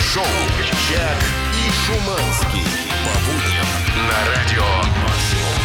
шоу «Чак и Шуманский». По будням на радио «Максимум».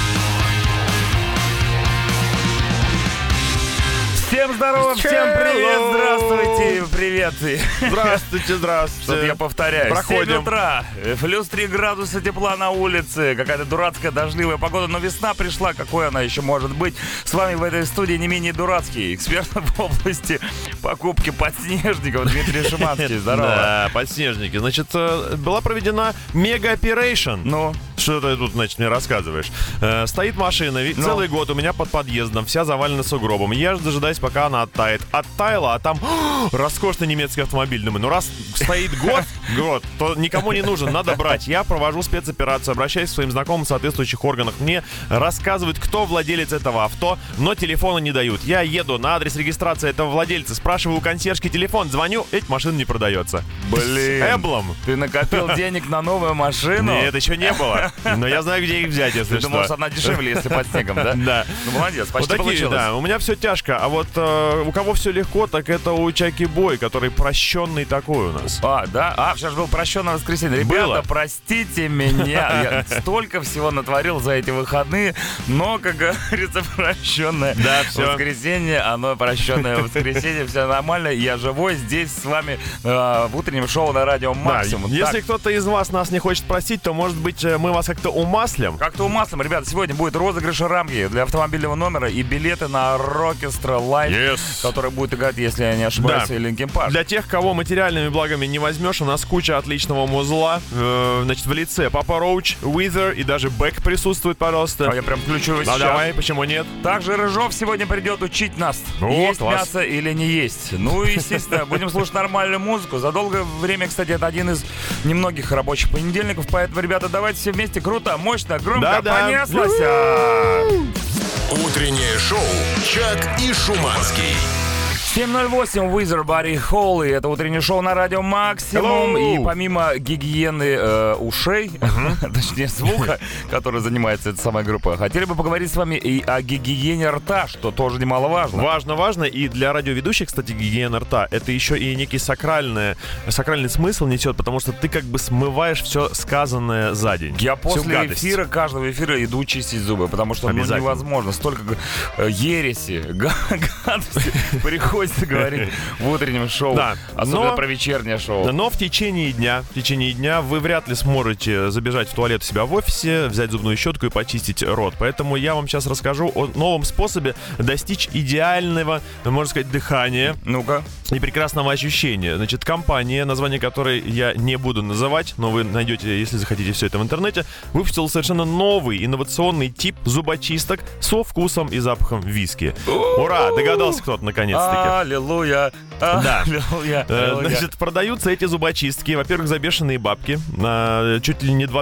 Всем здорово, всем привет, здравствуйте, привет. Здравствуйте. Что-то я повторяю. Проходим. 7 утра, плюс 3 градуса тепла на улице, какая-то дурацкая дождливая погода, но весна пришла, какой она еще может быть. С вами в этой студии не менее дурацкий эксперт в области покупки подснежников Дмитрий Шуманский. Здорово. Да, подснежники. Значит, была проведена мега-оперейшн. Ну? Что ты тут, значит, мне рассказываешь? Стоит машина, целый год у меня под подъездом, вся завалена сугробом. Я же дожидаюсь, пока она оттает. Оттаяла, а там роскошный немецкий автомобиль. Думаю, ну раз стоит год, то никому не нужен, надо брать. Я провожу спецоперацию, обращаюсь к своим знакомым в соответствующих органах. Мне рассказывают, кто владелец этого авто, но телефона не дают. Я еду на адрес регистрации этого владельца, спрашиваю у консьержки телефон, звоню, эта машина не продается. Блин, Эблом. ты накопил денег на новую машину? Нет, еще не было. Но я знаю, где их взять, если Ты что. думаешь, она дешевле, если под снегом, да? Да. Ну, молодец, почти Вот такие, получилось. да, у меня все тяжко. А вот у кого все легко, так это у Чаки Бой, который прощенный такой у нас. Да? Вчера же был прощенное воскресенье. Ребята, Было. простите меня. Я столько всего натворил за эти выходные, но, как говорится, прощенное воскресенье, оно прощенное воскресенье, все нормально. Я живой здесь с вами в утреннем шоу на радио «Максимум». Да, если кто-то из вас нас не хочет простить, то, может быть, мы вас как-то умаслим. Как-то умаслим, ребята, сегодня будет розыгрыш рамки для автомобильного номера и билеты на Rockestra Live, который будет играть, если я не ошибаюсь, Linkin Park. Для тех, кого материальными благами не возьмешь, у нас куча отличного музла. Значит, в лице Папа Роуч, Wither и даже Бэк присутствует, пожалуйста. Я прям включу его сейчас. Давай, почему нет? Также Рыжов сегодня придет учить нас, О, есть класс. мясо или не есть. Ну и, естественно, будем слушать нормальную музыку. За долгое время, кстати, это один из немногих рабочих понедельников. Поэтому, ребята, давайте все вместе круто, мощно, громко понеслась. Утреннее шоу «Чак и Шуманский». 7:08, Wither, Buddy Holly. Это утреннее шоу на радио «Максимум». Hello. И помимо гигиены ушей, точнее звука, который занимается эта самая группа, хотели бы поговорить с вами и о гигиене рта, что тоже немаловажно. Важно. И для радиоведущих, кстати, гигиена рта, это еще и некий сакральный смысл несет, потому что ты как бы смываешь все сказанное за день. Я Всю после гадость. каждого эфира иду чистить зубы, потому что невозможно. Столько ереси, гадости приходится говорить в утреннем шоу. Да, Особенно про вечернее шоу. Но в течение дня вы вряд ли сможете забежать в туалет у себя в офисе, взять зубную щетку и почистить рот. Поэтому я вам сейчас расскажу о новом способе достичь идеального, можно сказать, дыхания. Ну-ка. И прекрасного ощущения. Значит, компания, название которой я не буду называть, но вы найдете, если захотите, все это в интернете, выпустила совершенно новый инновационный тип зубочисток со вкусом и запахом виски. Ура! Догадался кто-то наконец-таки. Аллилуйя. Да. Аллилуйя. Значит, продаются эти зубочистки, во-первых, за бешеные бабки. Чуть ли не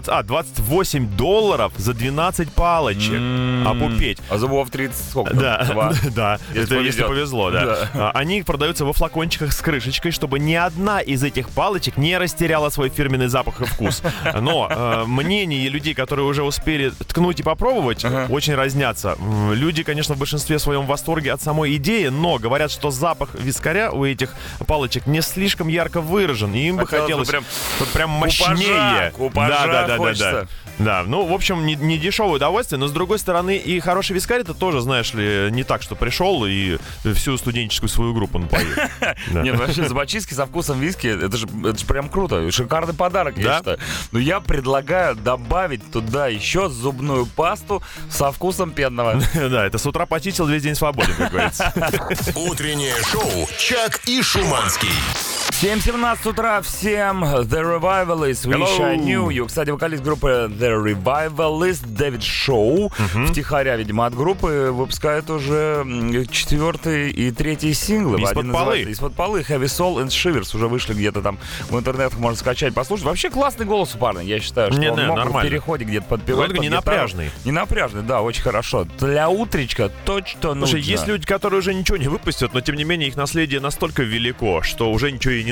$28 за 12 палочек. Опупеть. А зубов 30 сколько? Да. Это если повезет. повезло, да. Они продаются во флакончиках с крышечкой, чтобы ни одна из этих палочек не растеряла свой фирменный запах и вкус. Но мнения людей, которые уже успели ткнуть и попробовать, очень разнятся. Люди, конечно, в большинстве своем в восторге от самой идеи, но говорят, что запах вискаря у этих палочек не слишком ярко выражен, и им бы хотелось прям мощнее. Купажа. Да, ну, в общем, не дешевое удовольствие, но, с другой стороны, и хороший вискарь, это тоже, знаешь ли, не так, что пришел и всю студенческую свою группу напоил. Нет, вообще, зубочистки со вкусом виски, это же прям круто. Шикарный подарок, я считаю. Но я предлагаю добавить туда еще зубную пасту со вкусом пенного. Да, это с утра почистил, весь день свободен, как говорится. Утреннее шоу «Чак и Шуманский». 7:17 утра всем. The Revivalists, Wish I Knew You. Кстати, вокалист группы The Revivalists Дэвид Шоу втихаря, видимо, от группы выпускает уже 4-й и 3-й синглы. Из-под полы. Из-под полы. Heavy Soul and Shivers уже вышли где-то там в интернетах, можно скачать, послушать. Вообще классный голос у парня, я считаю, что он мог бы в переходе где-то подпевать. Не напряжный. Не напряжный, да, очень хорошо. Для утречка точно нужно. Слушай, есть люди, которые уже ничего не выпустят, но тем не менее их наследие настолько велико, что уже ничего и не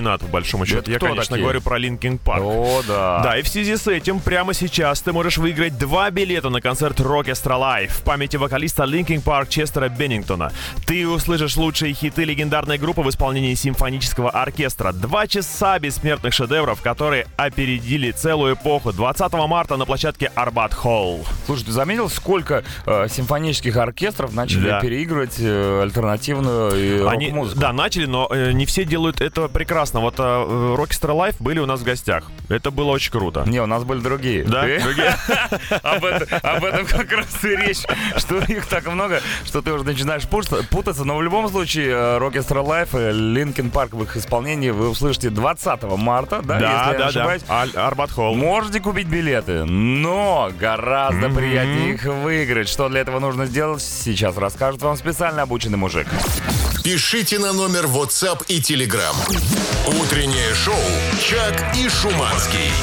координат, по большому счету. Это Я, кто конечно, такие? говорю про Linkin Park. О, да. Да, и в связи с этим прямо сейчас ты можешь выиграть 2 билета на концерт Rockestra Live в памяти вокалиста Linkin Park Честера Беннингтона. Ты услышишь лучшие хиты легендарной группы в исполнении симфонического оркестра. 2 часа бессмертных шедевров, которые опередили целую эпоху. 20 марта на площадке Арбат Холл. Слушай, ты заметил, сколько симфонических оркестров начали переигрывать альтернативную рок-музыку? Да, начали, но не все делают это прекрасно. Вот Rockestra Live были у нас в гостях. Это было очень круто. Не, у нас были другие. Да, другие. Об этом как раз и речь, что их так много, что ты уже начинаешь путаться. Но в любом случае, Rockestra Live, Linkin Park в их исполнении вы услышите 20 марта, да, если я не ошибаюсь. Арбат Холл. Можете купить билеты, но гораздо приятнее их выиграть. Что для этого нужно сделать, сейчас расскажет вам специально обученный мужик. Пишите на номер WhatsApp и Telegram. Утреннее шоу «Чак и Шуманский».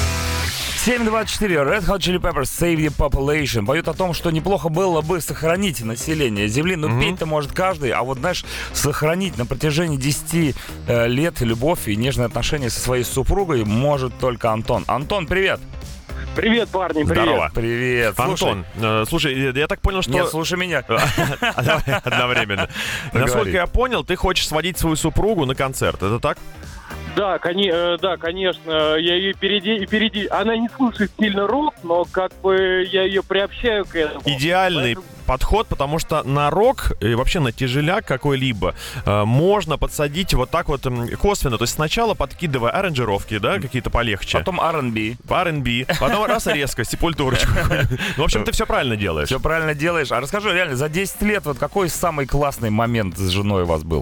7:24. Red Hot Chili Peppers Save the Population поют о том, что неплохо было бы сохранить население Земли. Ну, петь-то может каждый, а вот, знаешь, сохранить на протяжении 10 лет любовь и нежные отношения со своей супругой может только Антон. Антон, привет! Привет, парни, привет. Здорово. Привет. Антон, слушай, я так понял, что... Нет, слушай меня. Одновременно. Насколько я понял, ты хочешь сводить свою супругу на концерт, это так? Да, конечно, я ее впереди. Она не слушает сильно рок, но как бы я ее приобщаю к этому. Идеальный подход, потому что на рок и вообще на тяжеляк какой-либо можно подсадить вот так вот косвенно. То есть сначала подкидывая аранжировки, да, какие-то полегче. Потом R&B. Потом раз резко, сепультурочку. В общем, ты все правильно делаешь. Все правильно делаешь. А расскажи, реально, за 10 лет вот какой самый классный момент с женой у вас был?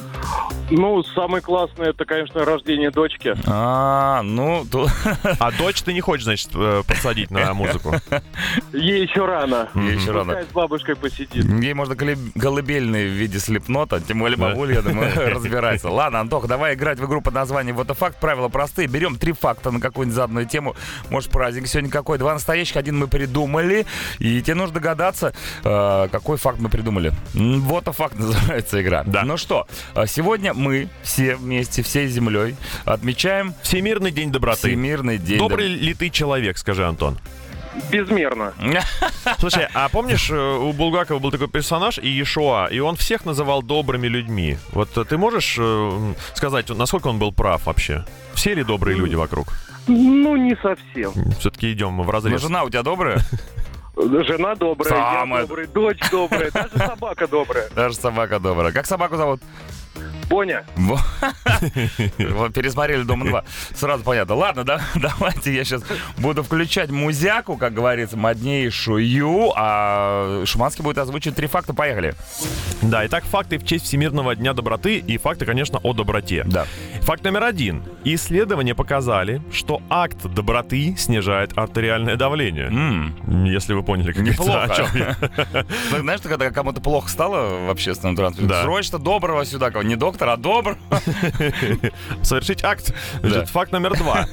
Ну, самое классное, это, конечно, рождение дочки. А дочь ты не хочешь, значит, подсадить на музыку? Ей еще рано. Пускай с бабушкой посидит. Ей можно колыбельные в виде слепнота, тем более бабуля, я думаю, разбирается. Ладно, Антох, давай играть в игру под названием «Вот и факт». Правила простые. Берем 3 факта на какую-нибудь заданную тему. Может, праздник сегодня какой. 2 настоящих, 1 мы придумали. И тебе нужно догадаться, какой факт мы придумали. «Вот и факт» называется игра. Да. Ну что, сегодня мы все вместе, всей землей отмечаем Всемирный день доброты. Всемирный день Добрый ли ты человек, скажи, Антон? Безмерно. Слушай, а помнишь, у Булгакова был такой персонаж Иешуа, и он всех называл добрыми людьми. Вот ты можешь сказать, насколько он был прав вообще? Все ли добрые люди вокруг? Ну, не совсем. Все-таки идем мы вразрез. Но жена у тебя добрая? Жена добрая, Самая. я добрый, дочь добрая, даже собака добрая. Даже собака добрая. Как собаку зовут? Боня. Вот пересмотрели «Дом 2». Сразу понятно. Ладно, давайте я сейчас буду включать музяку, как говорится, моднейшую, а Шуманский будет озвучивать 3 факта. Поехали. Да, итак, факты в честь Всемирного дня доброты и факты, конечно, о доброте. Да. Факт номер 1. Исследования показали, что акт доброты снижает артериальное давление. Если вы поняли, как Неплохо. о чем я. Знаешь, когда кому-то плохо стало в общественном транспорте, Да. срочно доброго сюда, не доктора, а доброго. Совершить акт. Значит, факт номер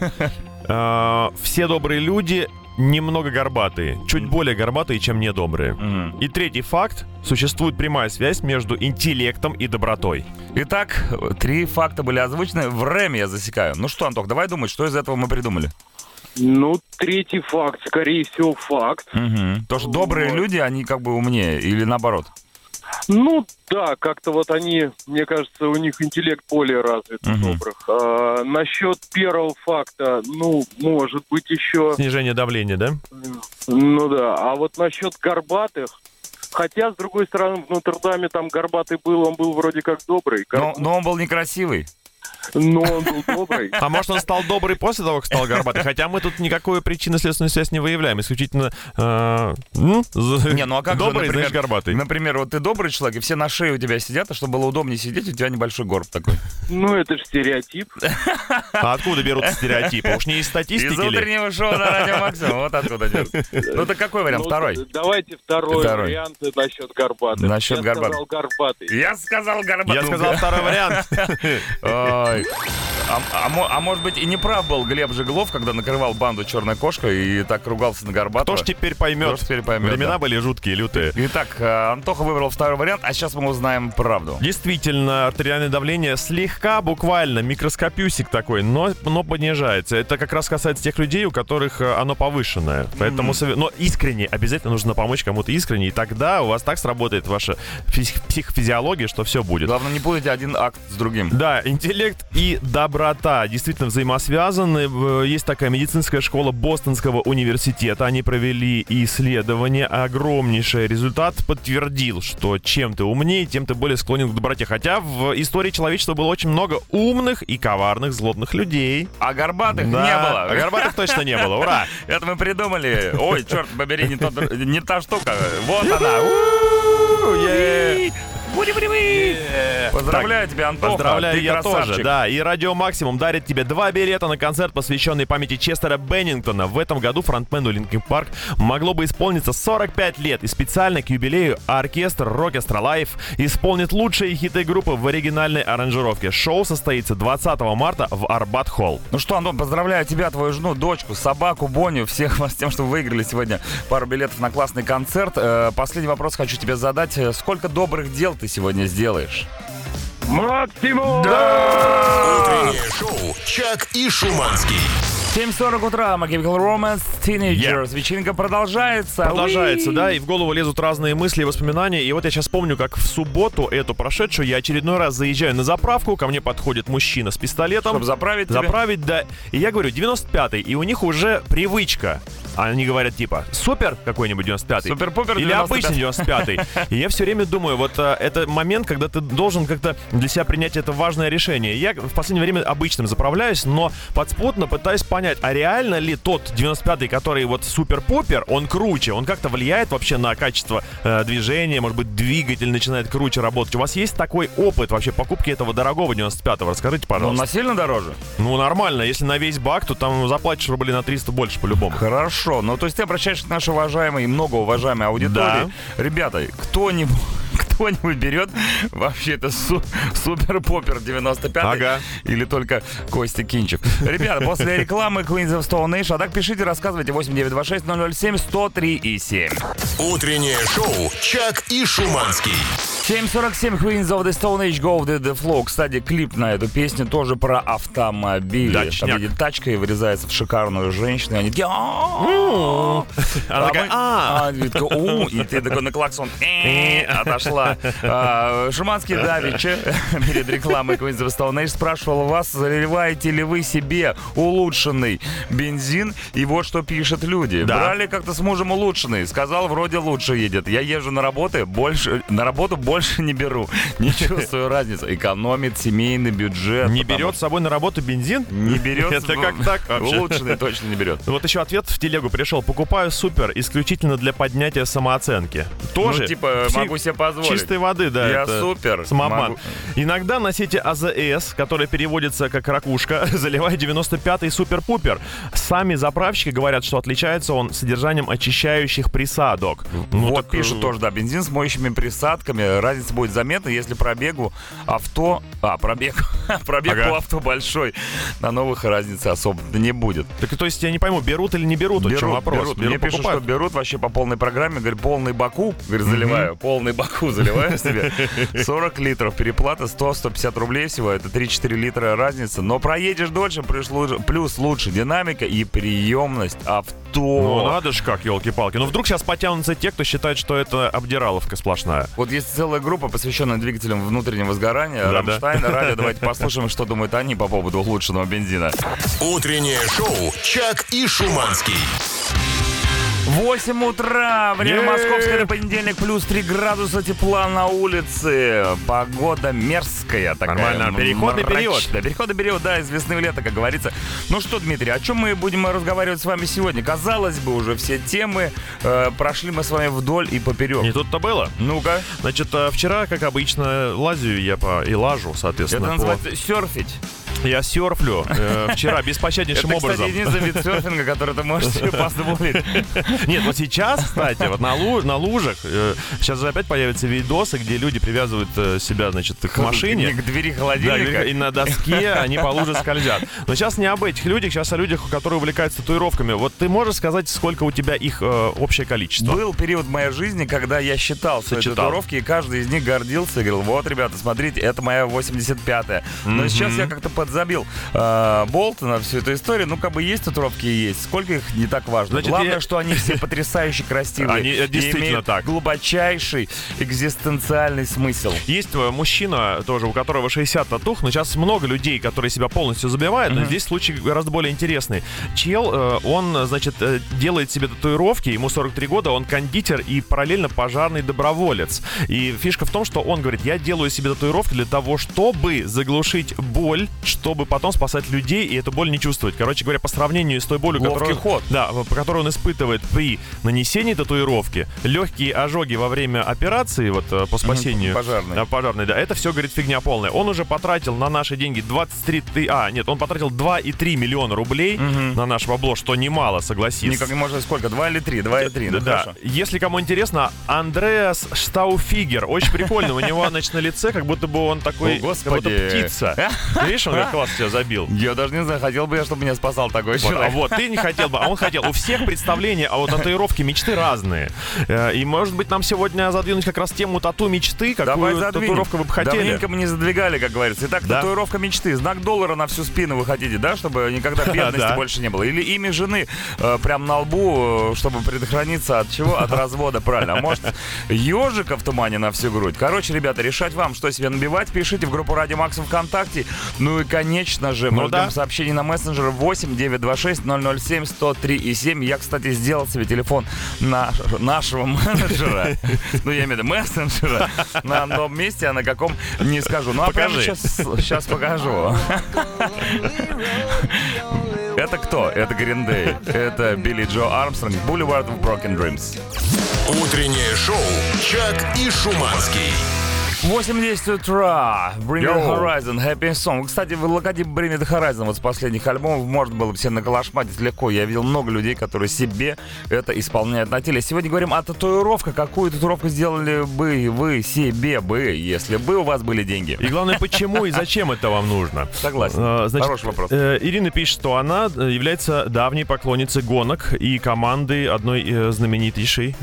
2. Все добрые люди немного горбатые. Чуть более горбатые, чем недобрые. И 3-й факт. Существует прямая связь между интеллектом и добротой. Итак, 3 факта были озвучены. Время я засекаю. Ну что, Антох, давай думать, что из этого мы придумали. Ну, 3-й факт, скорее всего, факт. То, что добрые люди, они как бы умнее или наоборот? Ну, да, как-то вот они, мне кажется, у них интеллект более развит у добрых. Насчет 1-го факта, ну, может быть, еще... Снижение давления, да? Ну да, а вот насчет горбатых... Хотя, с другой стороны, в Нотр-Даме там горбатый был, он был вроде как добрый. Но он был некрасивый. Но он был добрый. А может, он стал добрый после того, как стал горбатый? Хотя мы тут никакую причинно-следственную связь не выявляем. Исключительно Не, ну а как добрый, же, значит, горбатый. Например, вот ты добрый человек, и все на шее у тебя сидят, а чтобы было удобнее сидеть, у тебя небольшой горб такой. Ну, это же стереотип. А откуда берут стереотипы? Уж не из статистики Из ли? утреннего шоу на Радио Максимум. Вот откуда идет. Ну, так какой вариант? Второй. Давайте второй вариант насчет горбатых. Насчет горбатых. Я сказал горбатый. Я сказал горбатый. Я сказал второй вариант. Ой. А может быть, и не прав был Глеб Жиглов, когда накрывал банду «Черная кошка» и так ругался на Горбатова. Кто ж теперь поймет? Времена были жуткие, лютые. Итак, Антоха выбрал второй вариант, а сейчас мы узнаем правду. Действительно, артериальное давление слегка, буквально, микроскопюсик такой, но понижается. Это как раз касается тех людей, у которых оно повышенное. Поэтому, но искренне, обязательно нужно помочь кому-то искренне, и тогда у вас так сработает ваша психофизиология, что все будет. Главное, не путайте один акт с другим. Да, интеллект и доброта действительно взаимосвязаны. Есть такая медицинская школа Бостонского университета. Они провели исследование. Огромнейший результат подтвердил, что чем ты умнее, тем ты более склонен к доброте. Хотя в истории человечества было очень много умных и коварных, злобных людей. А горбатых не было. А горбатых точно не было. Ура! Это мы придумали. Ой, черт побери, не та штука. Вот она. Поздравляю тебя, Антоха. Поздравляю, я красавчик. тоже. Да, и Радио Максимум дарит тебе 2 билета на концерт, посвященный памяти Честера Беннингтона. В этом году фронтмену Linkin Park могло бы исполниться 45 лет. И специально к юбилею оркестр Rockestra Live исполнит лучшие хиты группы в оригинальной аранжировке. Шоу состоится 20 марта в Арбат-Холл. Ну что, Антон, поздравляю тебя, твою жену, дочку, собаку, Боню, всех вас с тем, что вы выиграли сегодня пару билетов на классный концерт. Последний вопрос хочу тебе задать. Сколько добрых дел ты сегодня сделаешь? Максимум! Да! Утреннее шоу «Чак и Шуманский». 7:40 утра, My Chemical Romance, Teenagers. Вечеринка продолжается. Продолжается, да, и в голову лезут разные мысли и воспоминания. И вот я сейчас помню, как в субботу, эту прошедшую, я очередной раз заезжаю на заправку, ко мне подходит мужчина с пистолетом. Чтобы заправить тебя? Заправить, да. И я говорю, 95-й, и у них уже привычка. Они говорят, типа, супер какой-нибудь 95-й. Супер-пупер 95-й. Или обычный 95-й. И я все время думаю, вот это момент, когда ты должен как-то для себя принять это важное решение. Я в последнее время обычным заправляюсь, но подспудно пытаюсь понять, а реально ли тот 95-й, который вот супер-пупер, он круче, он как-то влияет вообще на качество движения, может быть, двигатель начинает круче работать. У вас есть такой опыт вообще покупки этого дорогого 95-го? Расскажите, пожалуйста. Ну, на сильно дороже? Ну, нормально. Если на весь бак, то там заплатишь рублей на 300 больше по-любому. Хорошо. Ну, то есть ты обращаешься к нашей уважаемой и многоуважаемой аудитории. Да. Ребята, кто-нибудь берет вообще это супер-попер 95-й? Ага. Или только Костя Кинчев? Ребята, после рекламы Queens of Stone Age, а так пишите, рассказывайте 8926-007-103-7. Утреннее шоу «Чак и Шуманский». 7:47, Queens of the Stone Age, Go with the Flow. Кстати, клип на эту песню тоже про автомобили. Дачняк. Там едет тачка и вырезается в шикарную женщину, и они такие... Она такая, и ты такой на клаксон отошла. Шуманский давеча перед рекламой Queens of Stone Age спрашивал вас, заливаете ли вы себе улучшенный бензин, и вот что пишут люди. Да. Брали как-то с мужем улучшенный, сказал, вроде лучше едет. Я езжу на работу больше не беру. Не чувствую разницы. Экономит семейный бюджет. Не берет с собой на работу бензин? Не берет. Это как так вообще? Улучшенный точно не берет. Вот еще ответ в телегу пришел. Покупаю супер исключительно для поднятия самооценки. Тоже. Ну, типа, могу себе позволить. Чистой воды, да. Я это супер. Самообман. Иногда на сети АЗС, который переводится как ракушка, заливает 95-й супер-пупер. Сами заправщики говорят, что отличается он содержанием очищающих присадок. Ну, вот так, пишут тоже, да, бензин с моющими присадками. Разница будет заметна, если пробег по авто большой. На новых разницы особо не будет. Так то есть я не пойму, берут или не берут? В чем вопрос? Мне пишут, что берут вообще по полной программе. Говорит, полный баку, заливаю. Полный баку заливаю себе. 40 литров переплата, 100-150 рублей всего. Это 3-4 литра разница. Но проедешь дольше, плюс лучше динамика и приемность авто. Ну надо же как, елки-палки. Ну вдруг сейчас потянутся те, кто считает, что это обдираловка сплошная. Вот есть целая группа, посвященная двигателям внутреннего сгорания. Да, Рамштайн, радио. Давайте послушаем, что думают они по поводу улучшенного бензина. Утреннее шоу «Чак и Шуманский». 8 утра, время московское, на понедельник, плюс 3 градуса тепла на улице. Погода мерзкая такая. Нормально, переходный период. Да, переходный период, да, из весны в лето, как говорится. Ну что, Дмитрий, о чем мы будем разговаривать с вами сегодня? Казалось бы, уже все темы прошли мы с вами вдоль и поперек. Не тут-то было. Ну-ка. Значит, вчера, как обычно, лазю я и лажу, соответственно. Это называется серфить. Я серфлю вчера беспощаднейшим образом. Это, кстати, единственный вид серфинга, который ты можешь себе позволить. Нет, вот сейчас, кстати, вот на лужах, сейчас же опять появятся видосы, где люди привязывают себя, значит, к машине. К двери холодильника. Да, и на доске они по луже скользят. Но сейчас не об этих людях, сейчас о людях, которые увлекаются татуировками. Вот ты можешь сказать, сколько у тебя их общее количество? Был период в моей жизни, когда я считал свои татуировки, и каждый из них гордился и говорил: вот, ребята, смотрите, это моя 85-я. Но сейчас я как-то подзабил болт на всю эту историю. Ну, как бы есть татуировки и есть. Сколько их, не так важно. Значит, главное, что они все потрясающе красивые. Они действительно имеют так. Глубочайший экзистенциальный смысл. Есть мужчина тоже, у которого 60 татух, но сейчас много людей, которые себя полностью забивают, но здесь случай гораздо более интересный. Чел, он, значит, делает себе татуировки, ему 43 года, он кондитер и параллельно пожарный доброволец. И фишка в том, что он говорит: я делаю себе татуировки для того, чтобы заглушить боль, чтобы потом спасать людей и эту боль не чувствовать. Короче говоря, по сравнению с той болью, которую он испытывает при нанесении татуировки, легкие ожоги во время операции, вот по спасению пожарной, да, это все, говорит, фигня полная. Он уже потратил на наши деньги 2,3 миллиона рублей на наш бабло, что немало, согласись. Никак не можно, сколько? 2 или 3? 2,3, ну да. хорошо. Если кому интересно, Андреас Штауфигер, очень прикольно, у него, значит, на лице, как будто бы он такой, как будто птица. Видишь, он как класс тебя забил. Я даже не знаю, хотел бы я, чтобы меня спасал такой человек. Вот, ты не хотел бы, а он хотел. У всех представления о татуировке мечты разные. И, может быть, нам сегодня задвинуть как раз тему тату мечты, какую татуировку вы бы хотели. Давненько мы не задвигали, как говорится. Итак, татуировка мечты. Знак доллара на всю спину вы хотите, да, чтобы никогда бедности больше не было? Или имя жены прям на лбу, чтобы предохраниться от чего? От развода, правильно. А может, ежика в тумане на всю грудь? Короче, ребята, решать вам, что себе набивать. Пишите в группу Радио Максимум ВКонтакте. Ну и, конечно же, мы ждем сообщений на мессенджер 8 926 007 103 и 7. Я, кстати, сделал себе телефон нашего менеджера. Ну, я имею в виду мессенджера. На одном месте, а на каком не скажу. Ну, а прямо сейчас покажу. Это кто? Это Green Day. Это Билли Джо Армстронг. Boulevard of Broken Dreams. Утреннее шоу «Чак и Шуманский». 8:10 утра. Bring the Horizon, Happy Song. Кстати, логотип Bring the Horizon вот с последних альбомов можно было бы себе наколошматить легко. Я видел много людей, которые себе это исполняют на теле. Сегодня говорим о татуировках. Какую татуировку сделали бы вы себе бы, если бы у вас были деньги? И главное, почему и зачем это вам нужно? Согласен. Значит, хороший вопрос. Ирина пишет, что она является давней поклонницей гонок и команды одной знаменитейшей.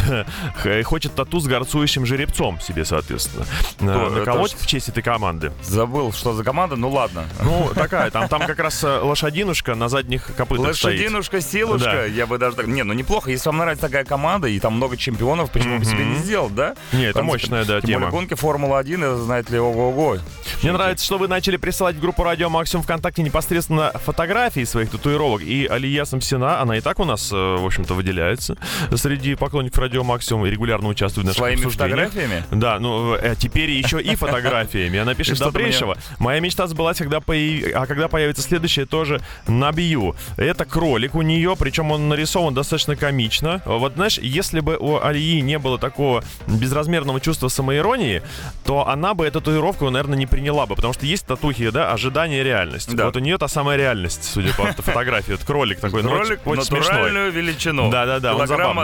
Хочет тату с горцующим жеребцом себе, соответственно. Наколоть в честь этой команды. Забыл, что за команда, ну ладно. Ну, такая, там как раз лошадинушка на задних копытах стоит. Лошадинушка, силушка, да. Я бы даже так... Не, ну неплохо, если вам нравится такая команда, и там много чемпионов, почему бы себе не сделать, да? Не, это мощная, да, тем тема. более гонки Формула-1, это, знаете ли, ого-го. Мне нравится, что вы начали присылать в группу Радио Максимум ВКонтакте непосредственно фотографии своих татуировок. И Алия Самсина, она и так у нас, в общем-то, выделяется среди поклонников Радио Максимум и регулярно участвует в наших обсуждениях. Своими фотографиями? Да, ну, теперь еще и фотографиями. Она пишет: добрейшего. Моя мечта сбылась, когда появится следующее, тоже набью. Это кролик у нее, причем он нарисован достаточно комично. Вот, знаешь, если бы у Алии не было такого безразмерного чувства самоиронии, то она бы эту татуировку, наверное, не приняла бы, потому что есть татухи, да, ожидание и реальность. Да. Вот у нее та самая реальность, судя по фотографии. Это кролик такой, кролик очень натуральную смешной. Величину. Да-да-да, килограмма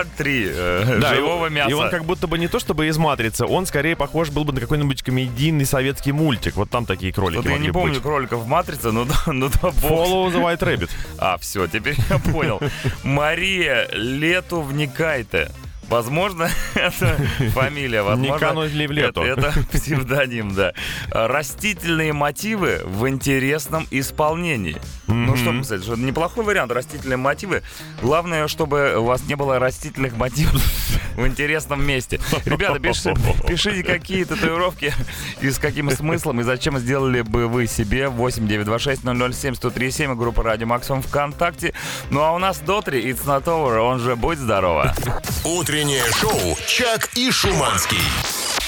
2-3 живого мяса. И он как будто бы не то чтобы из «Матрицы», он скорее похож был бы на какой-нибудь комедийный советский мультик. Вот там такие кролики вот могли я не помню быть. кроликов в «Матрице», но да бог. Follow the White Rabbit. Все, теперь я понял. Мария Летувникайте. Возможно, это фамилия, возможно, не кануть ли в лету. Это псевдоним, да. Растительные мотивы в интересном исполнении. Ну, что сказать, что неплохой вариант, растительные мотивы. Главное, чтобы у вас не было растительных мотивов в интересном месте. Ребята, пишите, какие татуировки и с каким смыслом, и зачем сделали бы вы себе. 8 926 007 103 7, группа Радио Максимум ВКонтакте. Ну, а у нас Дотри, It's Not Over, он же «Будь здорова». Утреннее шоу «Чак и Шуманский».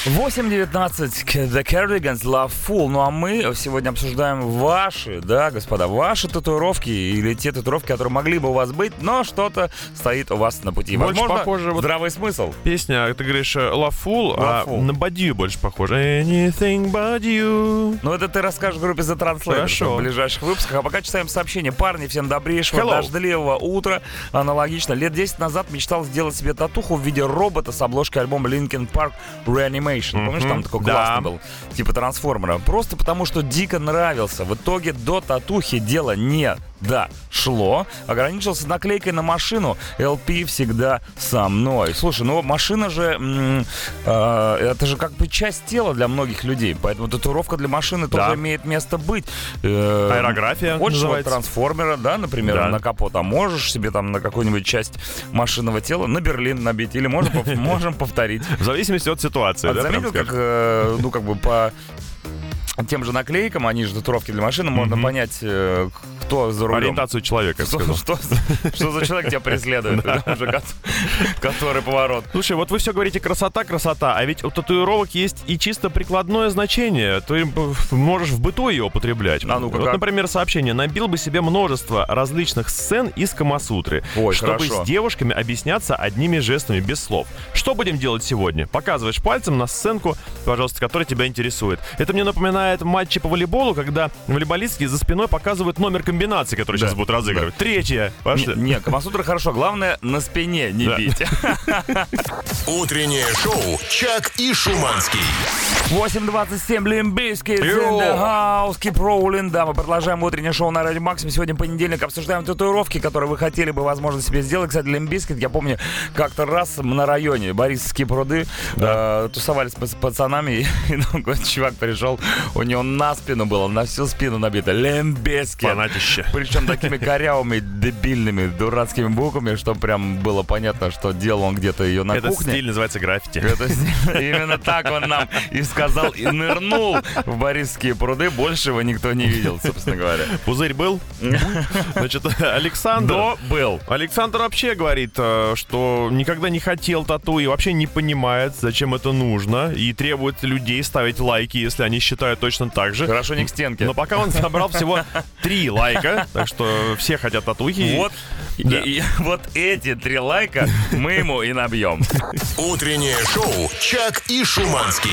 8:19, The Cardigans, Love Fool. Ну а мы сегодня обсуждаем ваши, да, господа, ваши татуировки или те татуировки, которые могли бы у вас быть, но что-то стоит у вас на пути. Больше Возможно, похоже, вот здравый смысл. Песня, ты говоришь, Love Fool, а на Bad You больше похоже. Anything but you. Ну это ты расскажешь в группе The Translator в ближайших выпусках. А пока читаем сообщение. Парни, всем добрейшего, дождливого утра. Аналогично. Лет 10 назад мечтал сделать себе татуху в виде робота с обложкой альбома Linkin Park Reanimation. Помнишь, там такой классный был, типа трансформера. Просто потому, что дико нравился. В итоге до татухи дело не дошло. Ограничился наклейкой на машину. LP всегда со мной. Слушай, ну машина же, это же как бы часть тела для многих людей. Поэтому татуировка для машины тоже имеет место быть. Аэрография хочешь называется. Вот трансформера, да, например, на капот. А можешь себе там на какую-нибудь часть машинного тела на Берлин набить. Или можем повторить. В зависимости от ситуации. Да, заметил, как, ну, как бы по тем же наклейкам, они же татуировки для машины, можно понять, кто за рулем. Ориентацию человека, я бы сказал. Что за человек тебя преследует, который поворот. Слушай, вот вы все говорите красота, а ведь у татуировок есть и чисто прикладное значение. Ты можешь в быту ее употреблять. Вот, например, сообщение. Набил бы себе множество различных сцен из Камасутры, чтобы с девушками объясняться одними жестами, без слов. Что будем делать сегодня? Показываешь пальцем на сценку, пожалуйста, которая тебя интересует. Это мне напоминает матчи по волейболу, когда волейболистки за спиной показывают номер комбинации, который сейчас будут разыгрывать. Третья. Пошли. Не, Камасутра хорошо. Главное, на спине не бить. Утреннее шоу «Чак и Шуманский». 8:27, Limp Bizkit in the house, keep rolling. Да, мы продолжаем утреннее шоу на Радио Максимум. Сегодня понедельник, обсуждаем татуировки, которые вы хотели бы, возможно, себе сделать. Кстати, Limp Bizkit, я помню, как-то раз на районе Борисовские пруды тусовались с пацанами, и какой-то чувак пришел, у него на спину было, на всю спину набито Limp Bizkit. Фанатище. Причем такими корявыми, дебильными, дурацкими буквами, что прям было понятно, что делал он где-то ее на кухне. Этот стиль называется граффити. Именно так он нам и сказал, и нырнул в Борисовские пруды. Больше его никто не видел, собственно говоря. Пузырь был? Значит, Александр... был. Александр вообще говорит, что никогда не хотел тату и вообще не понимает, зачем это нужно, и требует людей ставить лайки, если они считают точно так же. Хорошо, не к стенке. Но пока он собрал всего 3 лайка, так что все хотят татухи. Вот, и вот эти 3 лайка мы ему и набьем. Утреннее шоу «Чак и Шуманский».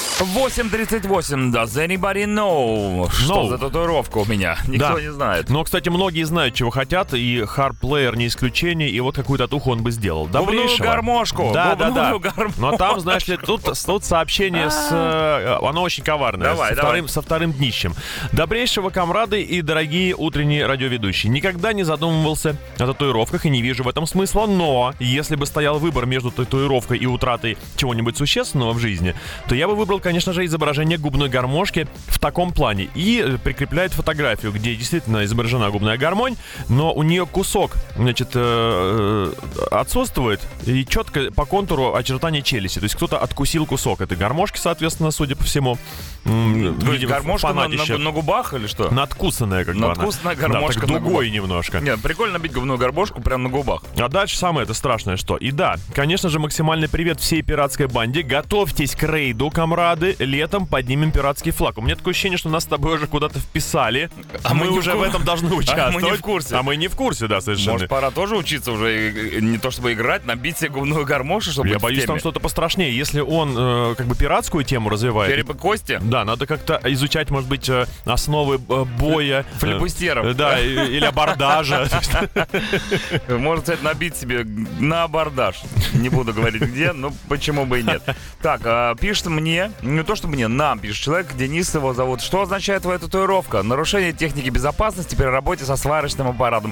8:38. Does anybody know? Что за татуировка у меня? Никто не знает. Но, кстати, многие знают, чего хотят, и Hardplayer не исключение, и вот какую татуху он бы сделал. Губную гармошку. Да. Но там, знаешь ли, тут сообщение оно очень коварное. Со вторым днищем. Добрейшего, комрады и дорогие утренние радиоведущие. Никогда не задумывался о татуировках и не вижу в этом смысла, но если бы стоял выбор между татуировкой и утратой чего-нибудь существенного в жизни, то я бы выбрал, конечно же, изображение губной гармошки в таком плане. И прикрепляет фотографию, где действительно изображена губная гармонь, но у нее кусок, значит, отсутствует, и четко по контуру очертания челюсти. То есть кто-то откусил кусок этой гармошки, соответственно, судя по всему. Гармошка на губах или что? Надкусанная, как бы она. Надкусанная гармошка. Да, так дугой немножко. Нет, прикольно бить губную гармошку прямо на губах. А дальше самое это страшное что. И да, конечно же, максимальный привет всей пиратской банде. Готовьтесь к рейду, комрады. Летом поднимем пиратский флаг. У меня такое ощущение, что нас с тобой уже куда-то вписали. А мы уже в этом должны участвовать. А мы не в курсе. А мы не в курсе, да, совершенно. Может, пора тоже учиться уже, не то чтобы играть, набить себе губную гармошу, чтобы я боюсь, там что-то пострашнее. Если он как бы пиратскую тему развивает. Череп и кости? Да, надо как-то изучать, может быть, основы боя. Флибустеров. Да, или абордажа. Может, кстати, набить себе на абордаж. Не буду говорить где, но почему бы и нет. Так, пишет мне, не то что мне, нам пишет человек, Денис его зовут. Что означает твоя татуировка? Нарушение техники безопасности при работе со сварочным аппаратом.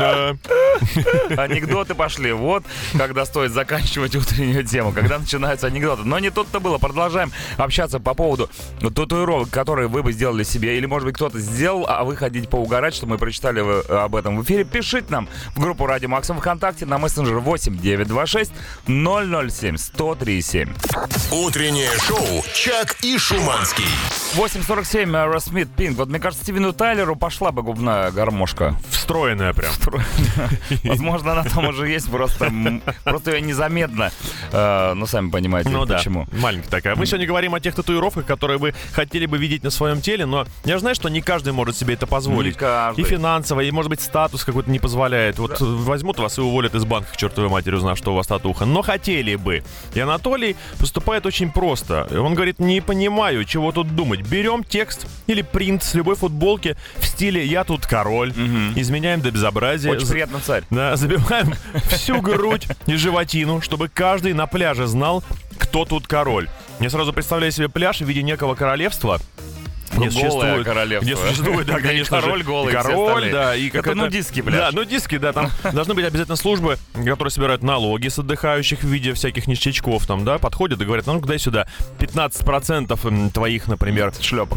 Анекдоты пошли. Вот когда стоит заканчивать утреннюю тему, когда начинаются анекдоты. Но не тут-то было. Продолжаем общаться по поводу татуировок, которые вы бы сделали себе. Или, может быть, кто-то сделал, а вы хотите поугарать, что мы прочитали об этом в эфире. Пишите нам в группу Радио Максимум ВКонтакте на мессенджер 8-926 007 103 7. Утреннее шоу «Чак и Шуманский». 8:47, Aerosmith, Pink. Вот мне кажется, Стивену Тайлеру пошла бы губная гармошка. Встроенная прям. Возможно, она там уже есть, просто ее незаметно. Но сами понимаете, почему. Да, маленькая такая. Мы сегодня говорим о тех татуировках, которые вы хотели бы видеть на своем теле, но я же знаю, что не каждый может себе это позволить. Не каждый. И финансово, и, может быть, статус какой-то не позволяет. Вот возьмут вас и уволят из банка к чертовой матери, узнав, что у вас татуха. Но хотели бы. И Анатолий поступает очень просто. Он говорит, не понимаю, чего тут думать. Берем текст или принт с любой футболки в стиле «Я тут король». Изменяем до безобразия. Очень приятно, царь. Да, забиваем всю грудь и животину, чтобы каждый на пляже знал, кто тут король. Я сразу представляю себе пляж в виде некого королевства. Где существует королевство. Да, конечно, король голый, король, да, и это нудистский пляж. Да, нудистский, да, там должны быть обязательно службы, которые собирают налоги с отдыхающих в виде всяких ништячков, там, да, подходят и говорят, ну-ка дай сюда 15% твоих, например, шлепок.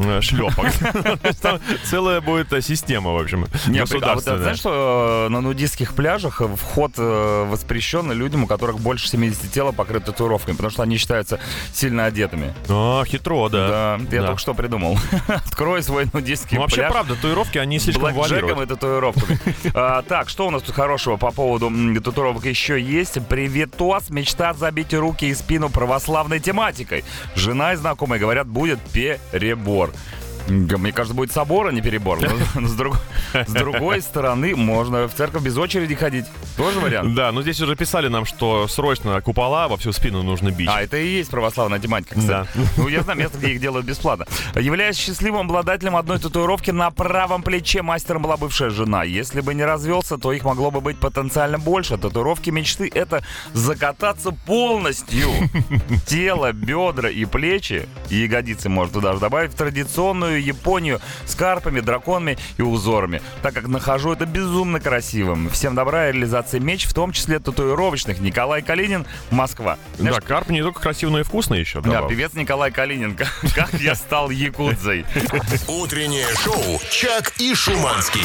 Там целая будет система, в общем, государственная. Знаешь, что на нудистских пляжах вход воспрещен людям, у которых больше 70 тела покрыто татуировками, потому что они считаются сильно одетыми. Хитро, да. Да, я только что придумал. Открой свой нудистский пляж. Вообще, правда, татуировки, они слишком валируют. Блэкджеком и татуировками. Так, что у нас тут хорошего по поводу татуировок еще есть? Приветос, мечта забить руки и спину православной тематикой. Жена и знакомые говорят, будет перебор. Мне кажется, будет собор, а не перебор. Но с другой стороны, можно в церковь без очереди ходить. Тоже вариант. Да, но здесь уже писали нам, что срочно купола во всю спину нужно бить. Это и есть православная тематика, кстати. Да. Ну, я знаю место, где их делают бесплатно. Являясь счастливым обладателем одной татуировки на правом плече, мастером была бывшая жена. Если бы не развелся, то их могло бы быть потенциально больше. Татуировки мечты — это закататься полностью. Тело, бедра и плечи, и ягодицы можно туда же добавить, в традиционную Японию с карпами, драконами и узорами, так как нахожу это безумно красивым. Всем добра и реализации меч, в том числе татуировочных. Николай Калинин, Москва. Да, карп не только красивый, но и вкусный еще. Да, певец Николай Калинин. Как я стал якудзой. Утреннее шоу «Чак и Шуманский».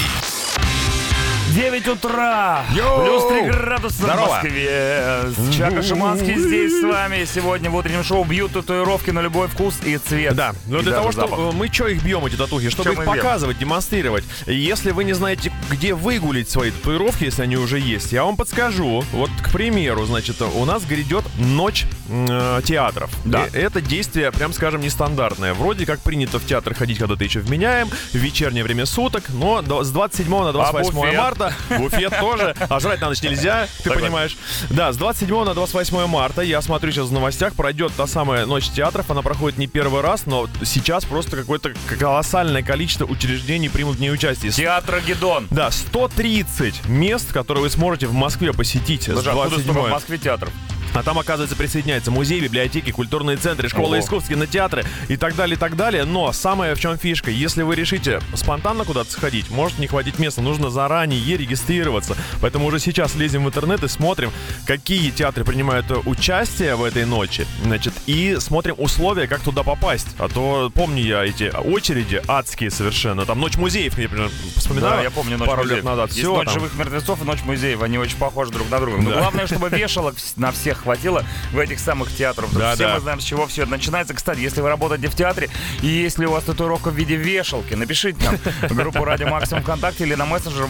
9 утра, плюс 3 градуса в Москве. Чак и Шуманский здесь с вами. Сегодня в утреннем шоу бьют татуировки на любой вкус и цвет. Да, но для того, чтобы мы что их бьем, эти татухи, чтобы их показывать, демонстрировать. Если вы не знаете, где выгулить свои татуировки, если они уже есть, я вам подскажу. Вот, к примеру, значит, у нас грядет ночь театров. Да. И это действие, прям скажем, нестандартное. Вроде как принято в театр ходить, когда ты еще вменяем, в вечернее время суток, но с 27 на 28 марта буфет тоже, а жрать на ночь нельзя, ты понимаешь. Да, с 27 на 28 марта, я смотрю сейчас в новостях, пройдет та самая ночь театров, она проходит не первый раз, но сейчас просто какое-то колоссальное количество учреждений примут в ней участие. Театрагеддон. Да, 130 мест, которые вы сможете в Москве посетить. Даже откуда столько в Москве театров? А там, оказывается, присоединяются музеи, библиотеки, культурные центры, школы искусств, кинотеатры и так далее, и так далее. Но самое в чем фишка, если вы решите спонтанно куда-то сходить, может не хватить места, нужно заранее регистрироваться. Поэтому уже сейчас лезем в интернет и смотрим, какие театры принимают участие в этой ночи, значит, и смотрим условия, как туда попасть. А то помню я эти очереди адские совершенно. Там «Ночь музеев», я вспоминаю, да, я помню «Ночь пару музеев». лет назад. Есть «Ночь живых мертвецов» и «Ночь музеев». Они очень похожи друг на друга. Но главное, чтобы вешалок на всех хватило в этих самых театрах. Да, все мы знаем, с чего все это начинается. Кстати, если вы работаете в театре и если у вас татуировка в виде вешалки, напишите нам в группу Радио Максимум ВКонтакте или на мессенджер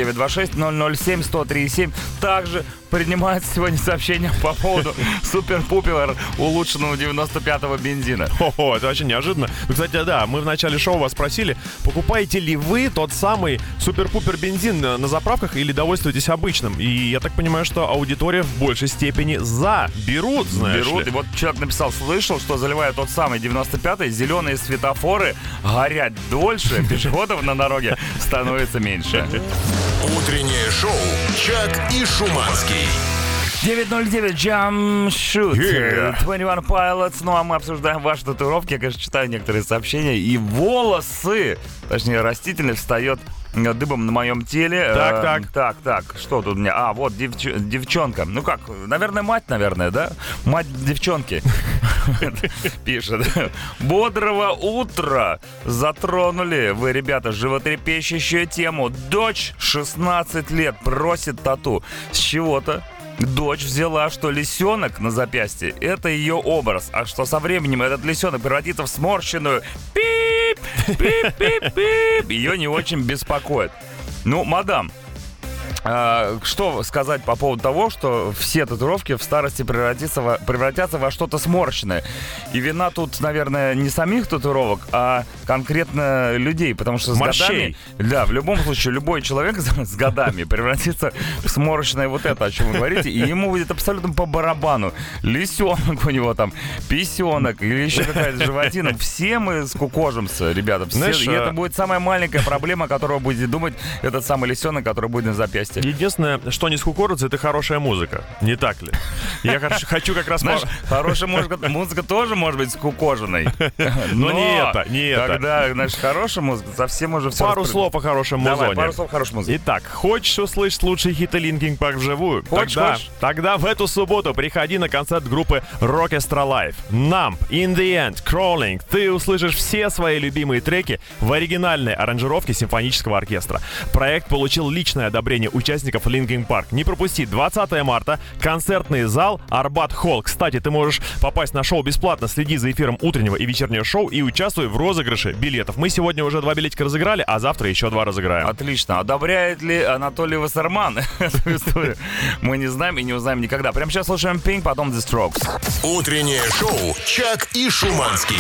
8-926-007-103-7. Также принимается сегодня сообщение по поводу супер-пупер улучшенного 95-го бензина. О, это очень неожиданно. Ну, кстати, да, мы в начале шоу вас спросили, покупаете ли вы тот самый супер-пупер бензин на заправках или довольствуетесь обычным? И я так понимаю, что аудитория в большей степени за. Берут, знаешь Берут. ли. И вот человек написал, слышал, что заливая тот самый 95-й, зеленые светофоры горят дольше, пешеходов на дороге становится меньше. Утреннее шоу «Чак и Шуманский». 909 Jumpsuit, 21 Pilots. Ну, а мы обсуждаем ваши татуировки. Я, конечно, читаю некоторые сообщения. И волосы, точнее, растительность встает дыбом на моем теле. Так, что тут у меня? Вот девчонка. Ну как, наверное, мать, да? Мать девчонки. Пишет. Бодрого утра. Затронули вы, ребята, животрепещущую тему. Дочь 16 лет просит тату. С чего-то дочь взяла, что лисенок на запястье — это ее образ, а что со временем этот лисенок превратится в сморщенную пип-пип-пип, ее не очень беспокоит. Ну, мадам, что сказать по поводу того, что все татуировки в старости превратятся во что-то сморщенное? И вина тут, наверное, не самих татуировок, а конкретно людей, потому что с годами... Да, в любом случае, любой человек с годами превратится в сморщенное вот это, о чем вы говорите, и ему будет абсолютно по барабану. Лисенок у него там, писенок или еще какая-то животина. Все мы скукожимся, ребята. Все, и это будет самая маленькая проблема, о которой будете думать этот самый лисенок, который будет на запястье. Единственное, что не скукожится, это хорошая музыка. Не так ли? Я хочу как раз... Знаешь, хорошая музыка тоже может быть скукоженной. Но не это. Когда, значит, хорошая музыка, совсем уже все... Пару слов о хорошем музоне. Давай, пару слов о хорошей музыке. Итак, хочешь услышать лучшие хиты Linkin Park вживую? Хочешь? Тогда в эту субботу приходи на концерт группы Rockestra Live. Numb, In the End, Crawling. Ты услышишь все свои любимые треки в оригинальной аранжировке симфонического оркестра. Проект получил личное одобрение участников Linkin Park. Не пропусти, 20 марта, концертный зал Арбат Холл. Кстати, ты можешь попасть на шоу бесплатно, следи за эфиром утреннего и вечернего шоу и участвуй в розыгрыше билетов. Мы сегодня уже 2 билетика разыграли, а завтра еще 2 разыграем. Отлично. Одобряет ли Анатолий Вассерман эту историю? Мы не знаем и не узнаем никогда. Прямо сейчас слушаем Pink, потом The Strokes. Утреннее шоу «Чак и Шуманский».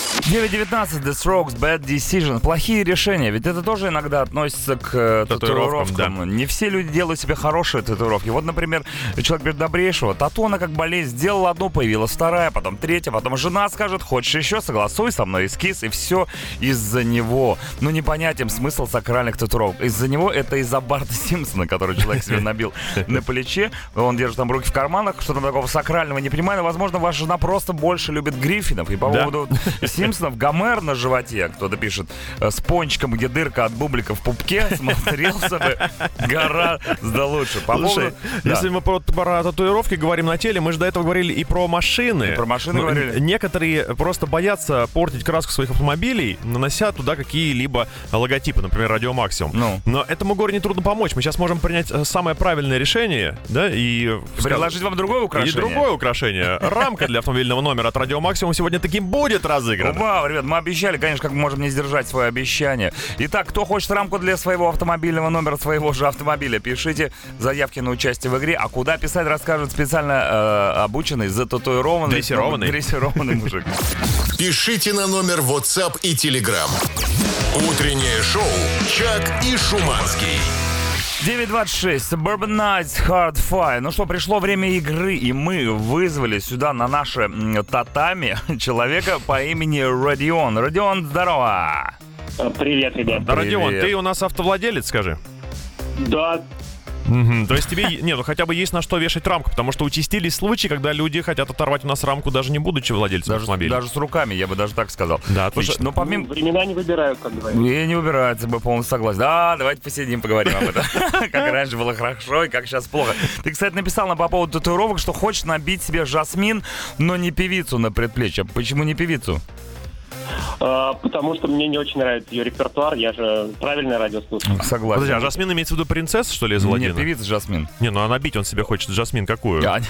9:19, The Strokes, Bad Decision. Плохие решения, ведь это тоже иногда относится к татуировкам. Да. Не все люди делают себе хорошие татуировки. Вот, например, человек говорит, добрейшего, тату она как болезнь. Сделал одну, появилась вторая, потом третья, потом жена скажет, хочешь еще, согласуй со мной эскиз, и все из-за него. Ну, непонятен смысл сакральных татуировок. Из-за него это из-за Барта Симпсона, который человек себе набил на плече. Он держит там руки в карманах, что-то такого сакрального не понимаю, но, возможно, ваша жена просто больше любит Гриффинов. И по поводу Симпсонов, Гомер на животе, кто-то пишет, с пончиком, где дырка от бублика в пупке, смотрелся бы гораздо лучше. Слушай, если мы про татуировки говорим на теле, мы же до этого говорили и про машины. И про машины говорили. Некоторые просто боятся портить краску своих автомобилей, нанося туда какие-либо логотипы, например, Радио Максимум. Но этому горе нетрудно помочь. Мы сейчас можем принять самое правильное решение, да, и... Предложить вам другое украшение. И другое украшение. Рамка для автомобильного номера от Радио Максимум сегодня таким будет разыграна. Вау, ребят, мы обещали, конечно, как мы можем не сдержать свое обещание. Итак, кто хочет рамку для своего автомобильного номера своего же автомобиля, пишите заявки на участие в игре. А куда писать, расскажет специально обученный, зататуированный, дрессированный мужик. Пишите на номер WhatsApp и Telegram. Утреннее шоу «Чак и Шуманский». 9:26, Suburban Nights, Hard Fire. Ну что, пришло время игры, и мы вызвали сюда на наше татами человека по имени Родион. Родион, здорово! Привет, ребят. Родион, ты у нас автовладелец, скажи? Да. То есть тебе хотя бы есть на что вешать рамку, потому что участились случаи, когда люди хотят оторвать у нас рамку, даже не будучи владельцем автомобиля. Даже с руками, я бы даже так сказал. Да, отлично. Но помимо... времена не выбирают, как говорится. И не выбирают, я полностью согласен. Да, давайте посидим, поговорим об этом. Как раньше было хорошо и как сейчас плохо. Ты, кстати, написал по поводу татуировок, что хочешь набить себе Жасмин, но не певицу на предплечье. Почему не певицу? Потому что мне не очень нравится ее репертуар, я же правильное радио слушаю. Согласен. Подожди, а Жасмин имеется в виду принцесса, что ли, из Аладдина? Нет, певица Жасмин. Не, ну а набить он себе хочет Жасмин какую? Набить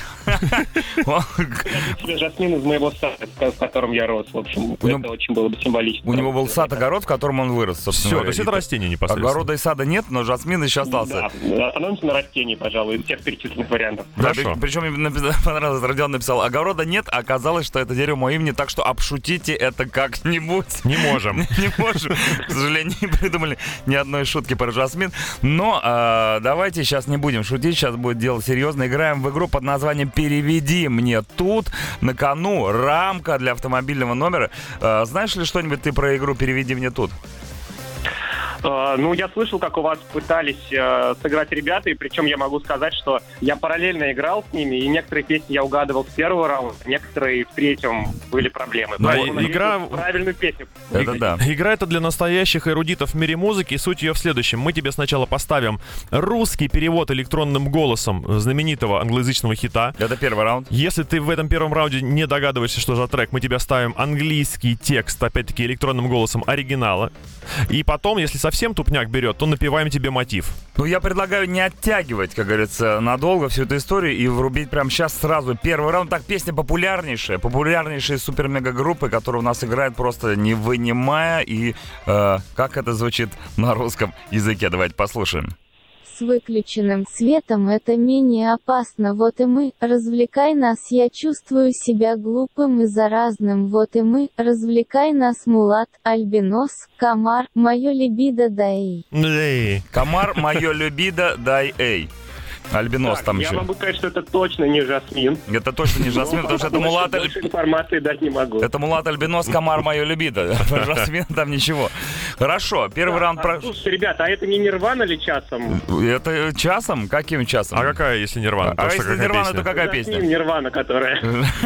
себе Жасмин из моего сада, в котором я рос, в общем, это очень было бы символично. У него был сад-огород, в котором он вырос, собственно. Все, то есть это растение непосредственно. Огорода и сада нет, но Жасмин еще остался. Да, остановимся на растении, пожалуй, из всех перечисленных вариантов. Хорошо. Причем мне понравилось, Родион написал, огорода нет, а оказалось, что это дерево мое имени, так что обшутите это как-нибудь. Не можем. Не можем. К сожалению, не придумали ни одной шутки про Жасмин. Но давайте сейчас не будем шутить, сейчас будет дело серьезно. Играем в игру под названием «Переведи мне тут». На кону рамка для автомобильного номера. Знаешь ли что-нибудь ты про игру «Переведи мне тут»? Ну, я слышал, как у вас пытались сыграть ребята, и причем я могу сказать, что я параллельно играл с ними, и некоторые песни я угадывал с первого раунда, некоторые в третьем были проблемы. Да, игра... Правильную песню. Это да. Игра это для настоящих эрудитов в мире музыки, суть ее в следующем. Мы тебе сначала поставим русский перевод электронным голосом знаменитого англоязычного хита. Это первый раунд. Если ты в этом первом раунде не догадываешься, что за трек, мы тебе ставим английский текст, опять-таки электронным голосом оригинала. И потом, если совсем совсем тупняк берет, то напеваем тебе мотив. Ну, я предлагаю не оттягивать, как говорится, надолго всю эту историю и врубить прямо сейчас сразу первый раунд. Так, песня популярнейшие супер-мега-группы, которые у нас играют просто не вынимая. И как это звучит на русском языке? Давайте послушаем. С выключенным светом это менее опасно, вот и мы, развлекай нас, я чувствую себя глупым и заразным, вот и мы, развлекай нас, Мулат, Альбинос, Комар, мое либидо, дай. Комар, мое либидо, дай эй. Альбинос так, там я еще. могу сказать, что это точно не Жасмин. Это точно не Жасмин, потому что это Мулат... Больше информации дать не могу. Это Мулат, Альбинос, Комар, мое либидо. Жасмин там ничего. Хорошо, первый раунд... Слушайте, ребята, а это не Нирвана ли часом? Это часом? Каким часом? А какая, если Нирвана? А если Нирвана, то какая песня? Нирвана, которая...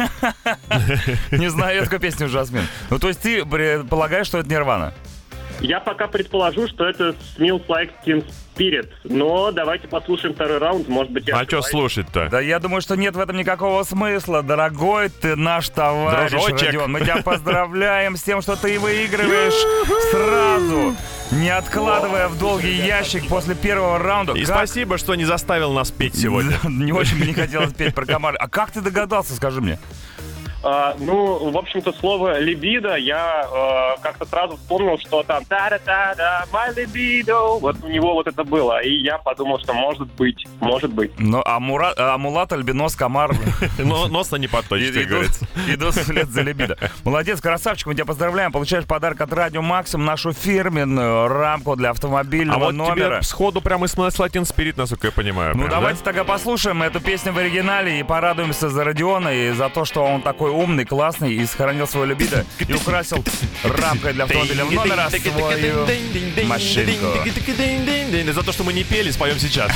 Не знаю, я такую песню Жасмин. Ну, то есть ты предполагаешь, что это Нирвана? Я пока предположу, что это Smells Like Teen Spirit. Но давайте послушаем второй раунд, может быть, я А что слушать-то? Да я думаю, что нет в этом никакого смысла. Дорогой ты наш товарищ, Дружочек. Родион. Мы тебя поздравляем с тем, что ты выигрываешь сразу, не откладывая в долгий ящик после первого раунда. И спасибо, что не заставил нас петь сегодня. Не очень мне хотелось петь про комар. А как ты догадался, скажи мне? Ну, в общем-то, слово «либидо» я как-то сразу вспомнил, что там «та-да-та-да, my libido», вот у него вот это было, и я подумал, что может быть. Ну, а Мулат, Альбинос, Комар... Но носа не подточишь, как говорится. Идут вслед за либидо. Молодец, красавчик, мы тебя поздравляем. Получаешь подарок от Радио Максимум, нашу фирменную рамку для автомобильного А вот номера. тебе сходу прямо из Smells Like Teen Spirit, насколько я понимаю. Ну, прям, давайте да? тогда послушаем эту песню в оригинале и порадуемся за Родиона и за то, что он такой умный, классный и сохранил свое либидо и украсил рамкой для автомобильного номера свою машинку. За то, что мы не пели, споем сейчас.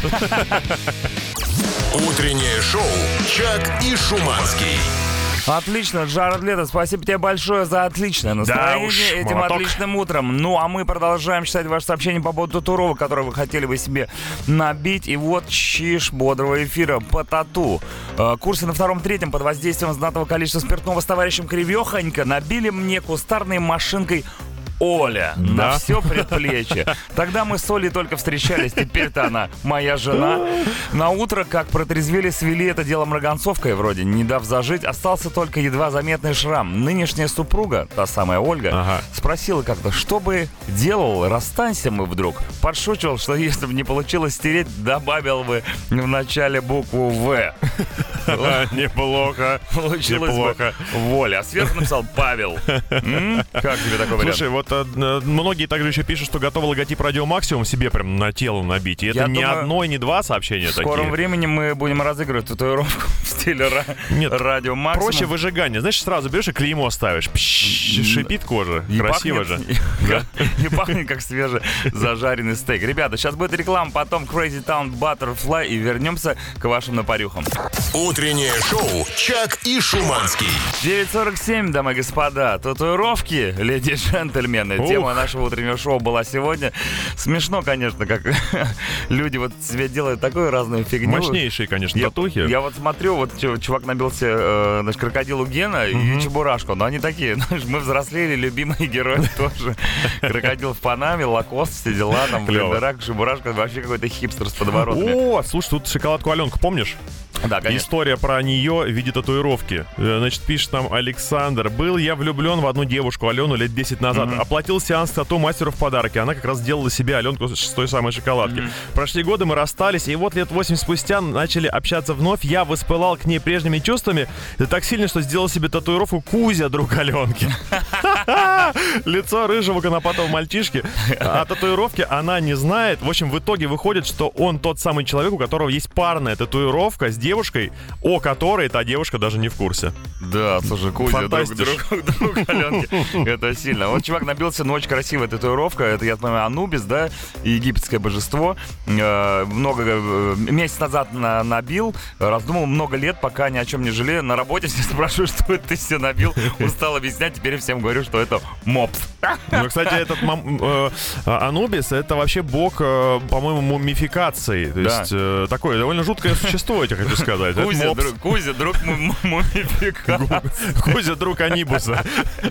Утреннее шоу «Чак и Шуманский». Отлично, Джаред Лето, спасибо тебе большое за отличное настроение уж, этим молоток. отличным утром. Ну, а мы продолжаем читать ваши сообщения по поводу татуировок, которые вы хотели бы себе набить. И вот чиш бодрого эфира по тату. Курсы на 2-3 под воздействием знатного количества спиртного с товарищем Кривехонько набили мне кустарной машинкой Оля на все предплечье. Тогда мы с Олей только встречались, теперь-то она моя жена. На утро, как протрезвели, свели это дело марганцовкой вроде, не дав зажить, остался только едва заметный шрам. Нынешняя супруга, та самая Ольга, спросила как-то, что бы делал, расстанься мы вдруг. Подшучивал, что если бы не получилось стереть, добавил бы в начале букву «В». Неплохо. Получилось бы Воля. А сверху написал Павел. Как тебе такой вариант? Слушай, вот многие также еще пишут, что готовы логотип Радио Максимум себе прям на тело набить. И это не одно и не два сообщения такие. В скором времени мы будем разыгрывать татуировку в стиле Радио Максимум. Проще выжигание. Знаешь, сразу берешь и клеймо ставишь. Шипит кожа. Красиво же. Не пахнет, как свежезажаренный стейк. Ребята, сейчас будет реклама, потом Crazy Town Butterfly и вернемся к вашим напорюхам. Утреннее шоу «Чак и Шуманский». 9:47, дамы и господа. Татуировки, леди и джентльмены. Тема нашего утреннего шоу была сегодня. Смешно, конечно, как люди вот себе делают такую разную фигню. Мощнейшие, конечно, татухи. Я вот смотрю, вот чувак набился, значит, крокодилу Гена и Чебурашку. Но они такие, знаешь, мы взрослели, любимые герои тоже. Крокодил в Панаме, Лакост, все дела, там, Блендерак, Чебурашка, вообще какой-то хипстер с подворотами. О, слушай, тут шоколадку Аленку, помнишь? Да, конечно. История про нее в виде татуировки. Значит, пишет нам Александр. Был я влюблен в одну девушку, Алену, лет 10 назад. Оплатил сеанс тату мастеру в подарок. И она как раз сделала себе Аленку с той самой шоколадки. Прошли годы, мы расстались. И вот лет 8 спустя начали общаться вновь. Я воспылал к ней прежними чувствами. Это так сильно, что сделал себе татуировку Кузя, друг Аленки. Лицо рыжего конопатого мальчишки. А татуировки она не знает. В общем, в итоге выходит, что он тот самый человек, у которого есть парная татуировка с девушкой, о которой та девушка даже не в курсе. Да, слушай, Кузя, друг Аленки. Это сильно. Вот чувак набился, ну, очень красивая татуировка. Это, я понимаю, Анубис, да, египетское божество. Месяц назад набил, раздумал много лет, пока ни о чем не жалею. На работе все спрашивают, что это ты себе набил. Устал объяснять, теперь всем говорю, что что это мопс. Ну, кстати, этот Анубис, это вообще бог, по-моему, мумификации. То есть такое довольно жуткое существо, я хочу сказать. Кузя, друг мумификации. Кузя, друг Анибуса.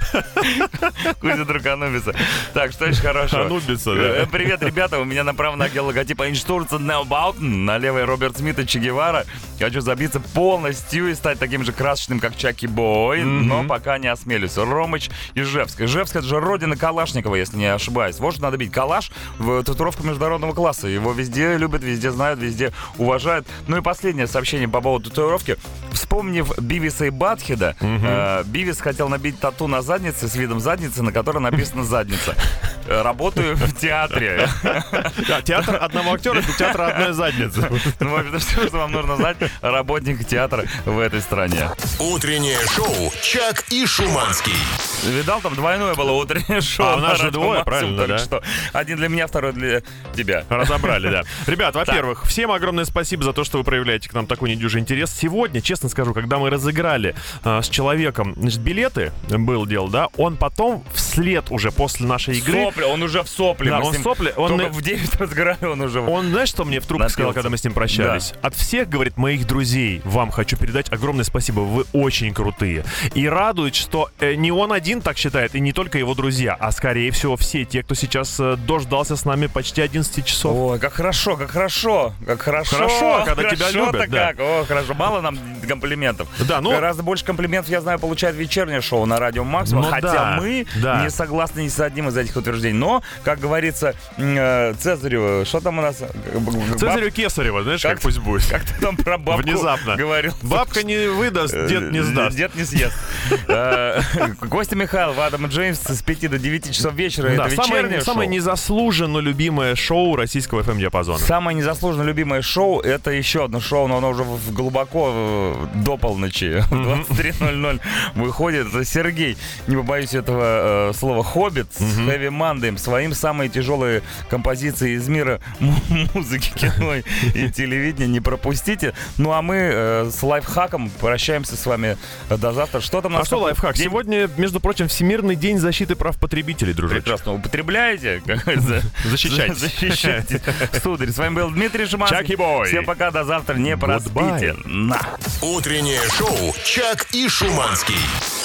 Кузя, друг Анубиса. Так, что еще хорошо? Анубиса, да. Привет, ребята, у меня направо ноге логотип Einstürzen Neubauten, на левой Роберт Смит и Че Гевара. Хочу забиться полностью и стать таким же красочным, как Чаки Бой, но пока не осмелюсь. Ромыч, Ижевск. Ижевск — это же родина Калашникова, если не ошибаюсь. Вот что надо бить. Калаш в татуировку международного класса. Его везде любят, везде знают, везде уважают. Ну и последнее сообщение по поводу татуировки. Вспомнив Бивиса и Батхеда, Бивис хотел набить тату на заднице с видом задницы, на которой написано «задница». Работаю в театре. Театр одного актера — это театр одной задницы. Ну, это все, что вам нужно знать, работник театра в этой стране. Утреннее шоу «Чак и Шуманский». Видал, там двойное было утреннее шоу. У нас же двое, правильно, да? Что. Один для меня, второй для тебя. Разобрали, да. Ребят, во-первых, всем огромное спасибо за то, что вы проявляете к нам такой недюжий интерес. Сегодня, честно скажу, когда мы разыграли с человеком, значит, билеты, было дело, да, он потом вслед уже после нашей игры... Он уже в сопле. Да, он в сопле. Только в 9 разыграли, он уже... Он, знаешь, что мне в трубку сказал, когда мы с ним прощались? Да. От всех, говорит, моих друзей вам хочу передать огромное спасибо. Вы очень крутые. И радует, что не он один так считает, и не только его друзья, а, скорее всего, все те, кто сейчас дождался с нами почти 11 часов. Ой, как хорошо, как хорошо. Как хорошо. Хорошо, когда тебя любят. Да. Как. О, хорошо. Мало нам комплиментов. Да, ну... Гораздо больше комплиментов, я знаю, получает вечернее шоу на Радио Максимум. Хотя мы не согласны ни с одним из этих утверждений. Но, как говорится, Цезарю, что там у нас? Цезарю Кесарева, знаешь, как пусть будет. Как ты там про бабку внезапно говорил? Бабка не выдаст, дед не сдаст. Дед не съест. Костя Михайлов, Адам Джеймс с 5 до 9 часов вечера. Это вечернее шоу. Самое незаслуженно любимое шоу российского FM-диапазона. Самое незаслуженно любимое шоу — это еще одно шоу, но оно уже глубоко до полночи, в 23:00 выходит. Это Сергей, не побоюсь этого слова, Хоббит с Heavy Monday, своим самые тяжелые композиции из мира музыки, кино и телевидения. Не пропустите. Ну а мы с лайфхаком прощаемся с вами до завтра. Что там у нас? А что лайфхак? Сегодня, между прочим, Всемирный день защиты прав потребителей, дружочек. Прекрасно. Употребляете? Защищайте. Защищайте. Сударь, с вами был Дмитрий Шуманский. Чаки Бой. Всем пока, до завтра. Не проспите. Утреннее шоу «Чак и Шуманский».